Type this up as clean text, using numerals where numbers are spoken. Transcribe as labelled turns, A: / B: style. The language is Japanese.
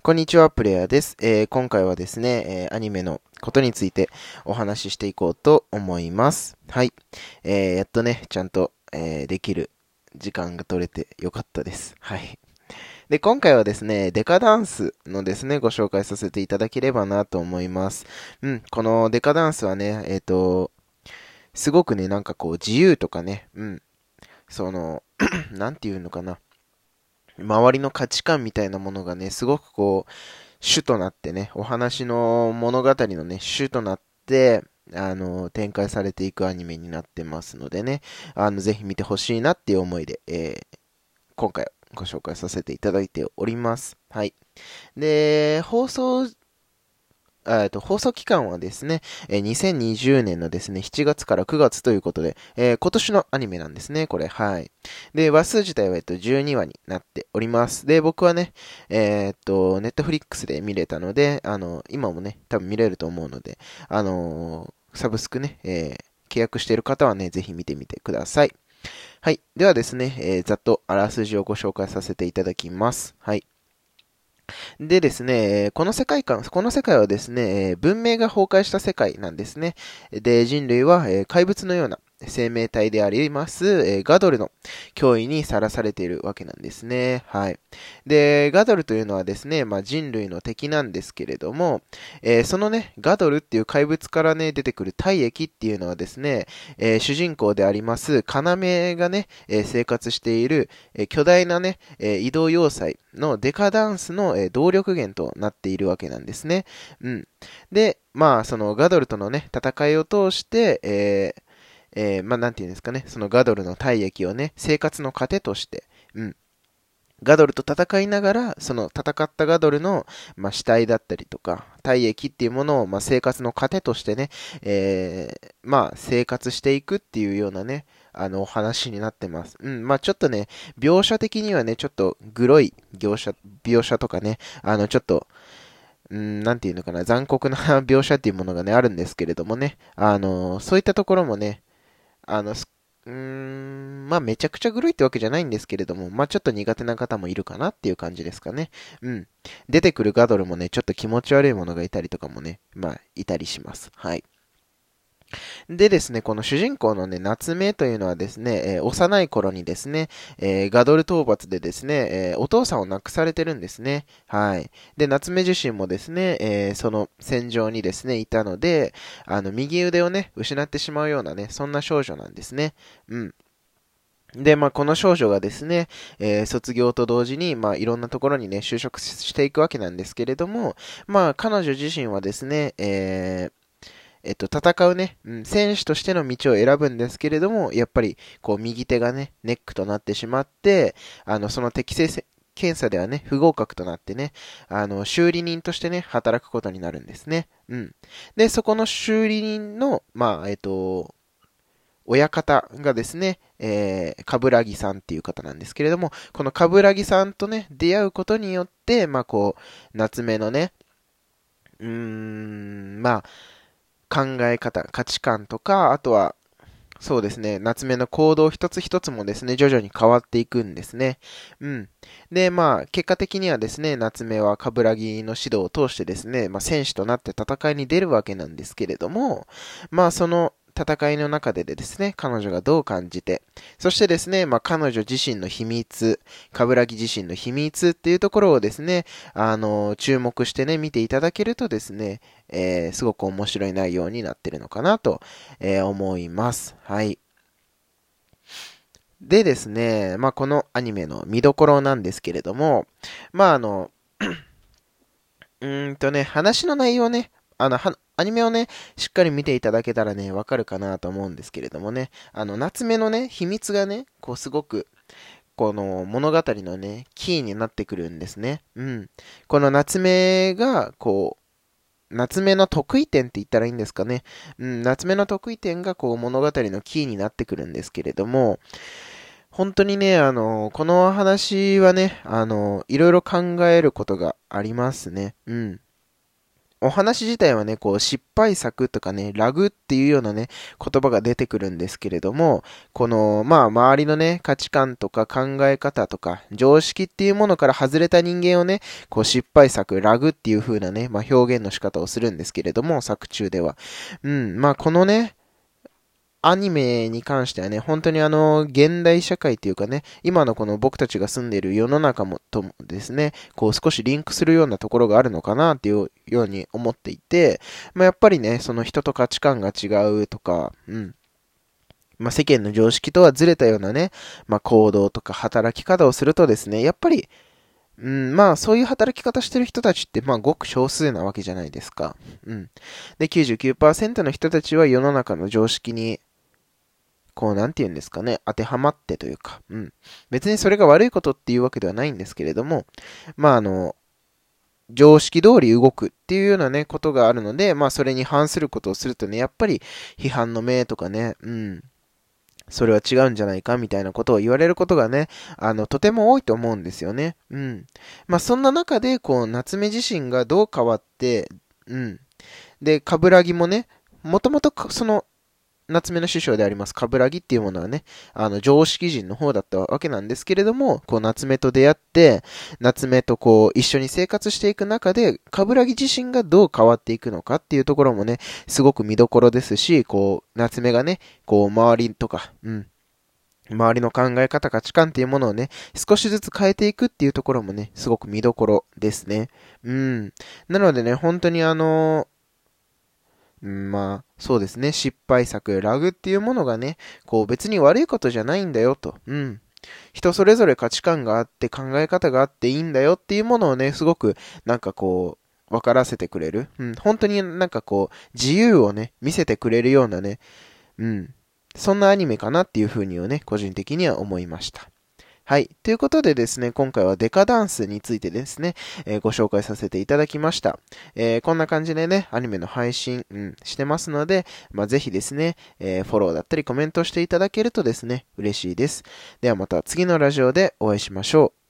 A: こんにちは、プレイヤーです。今回はですね、アニメのことについてお話ししていこうと思います。はい。やっとね、ちゃんと、できる時間が取れてよかったです。はい。で、今回はですね、デカダンスのですね、ご紹介させていただければなと思います。このデカダンスはね、すごくね、なんかこう、自由とかね、その、なんていうのかな。周りの価値観みたいなものがね、すごくこう、主となってね、お話の物語のね、主となって、展開されていくアニメになってますのでね、ぜひ見てほしいなっていう思いで、今回ご紹介させていただいております。はい。で、放送期間はですね、2020年のですね、7月から9月ということで、今年のアニメなんですね、これ。はい。で、話数自体は、12話になっております。で、僕はね、ネットフリックスで見れたので、今もね、多分見れると思うので、サブスクね、契約している方はね、ぜひ見てみてください。はい。ではですね、ざっとあらすじをご紹介させていただきます。はい。でですね、この世界はですね、文明が崩壊した世界なんですね。で、人類は、怪物のような生命体であります、ガドルの脅威にさらされているわけなんですね。はい。で、ガドルというのはですね、人類の敵なんですけれども、そのね、ガドルっていう怪物からね、出てくる体液っていうのはですね、主人公であります、要がね、生活している、巨大なね、移動要塞のデカダンスの、動力源となっているわけなんですね。で、そのガドルとのね、戦いを通して、なんていうんですかね、そのガドルの体液をね、生活の糧として、ガドルと戦いながら、その戦ったガドルの、死体だったりとか、体液っていうものを、生活の糧としてね、生活していくっていうようなね、お話になってます。ちょっとね、描写的にはね、ちょっとグロい描写とかね、ちょっと、なんていうのかな、残酷な描写っていうものがね、あるんですけれどもね、そういったところもね、あの、すめちゃくちゃグロいってわけじゃないんですけれども、ちょっと苦手な方もいるかなっていう感じですかね。出てくるガドルもね、ちょっと気持ち悪いものがいたりとかもね、いたりします。はい。でですね、この主人公のね、夏目というのはですね、幼い頃にですね、ガドル討伐でですね、お父さんを亡くされてるんですね。はい。で、夏目自身もですね、その戦場にですね、いたので、右腕をね、失ってしまうようなね、そんな少女なんですね。うん。で、この少女がですね、卒業と同時に、いろんなところにね、就職していくわけなんですけれども、彼女自身はですね、戦うね、選手としての道を選ぶんですけれども、やっぱり、こう、右手がね、ネックとなってしまって、その適正検査ではね、不合格となってね、修理人としてね、働くことになるんですね。で、そこの修理人の、親方がですね、カブラギさんっていう方なんですけれども、このカブラギさんとね、出会うことによって、夏目のね、うーん、考え方、価値観とか、あとは、そうですね、夏目の行動一つ一つもですね、徐々に変わっていくんですね。で、結果的にはですね、夏目は冠城の指導を通してですね、選手となって戦いに出るわけなんですけれども、その戦いの中でですね、彼女がどう感じて、そしてですね、彼女自身の秘密、冠城自身の秘密っていうところをですね、注目してね、見ていただけるとですね、すごく面白い内容になってるのかなと、思います。はい。でですね、このアニメの見どころなんですけれども、まあ、あの、話の内容ね、アニメをね、しっかり見ていただけたらね、わかるかなと思うんですけれどもね、夏目のね、秘密がね、こう、すごく、この物語のね、キーになってくるんですね。この夏目が、こう、夏目の得意点って言ったらいいんですかね。夏目の得意点が、こう、物語のキーになってくるんですけれども、本当にね、この話はね、いろいろ考えることがありますね。 お話自体はね、こう失敗作とかね、ラグっていうようなね、言葉が出てくるんですけれども、この、まあ周りのね、価値観とか考え方とか、常識っていうものから外れた人間をね、こう失敗作、ラグっていう風なね、まあ表現の仕方をするんですけれども、作中では。まあこのね、アニメに関してはね、本当に現代社会というかね、今のこの僕たちが住んでいる世の中も、ともですね、こう少しリンクするようなところがあるのかなっていうように思っていて、まあやっぱりね、その人と価値観が違うとか、まあ世間の常識とはずれたようなね、まあ行動とか働き方をするとですね、やっぱり、まあそういう働き方してる人たちってまあごく少数なわけじゃないですか。で、99%の人たちは世の中の常識にこう、なんて言うんですかね、当てはまってというか、別にそれが悪いことっていうわけではないんですけれども、まあ常識通り動くっていうようなね、ことがあるので、まあそれに反することをするとね、やっぱり批判の目とかね、それは違うんじゃないかみたいなことを言われることがね、とても多いと思うんですよね。まあそんな中で、こう、夏目自身がどう変わって、で、カブラギもね、もともとその夏目の師匠であります、カブラギっていうものはね、常識人の方だったわけなんですけれども、こう、夏目と出会って、夏目とこう、一緒に生活していく中で、カブラギ自身がどう変わっていくのかっていうところもね、すごく見どころですし、こう、夏目がね、こう、周りとか、周りの考え方、価値観っていうものをね、少しずつ変えていくっていうところもね、すごく見どころですね。なのでね、本当にまあ、そうですね。失敗作、ラグっていうものがね、こう別に悪いことじゃないんだよと。人それぞれ価値観があって考え方があっていいんだよっていうものをね、すごくなんかこう、分からせてくれる。本当になんかこう、自由をね、見せてくれるようなね、そんなアニメかなっていうふうにね、個人的には思いました。はい。ということでですね、今回はデカダンスについてですね、ご紹介させていただきました。こんな感じでね、アニメの配信、してますので、まあ、ぜひですね、フォローだったりコメントしていただけるとですね、嬉しいです。ではまた次のラジオでお会いしましょう。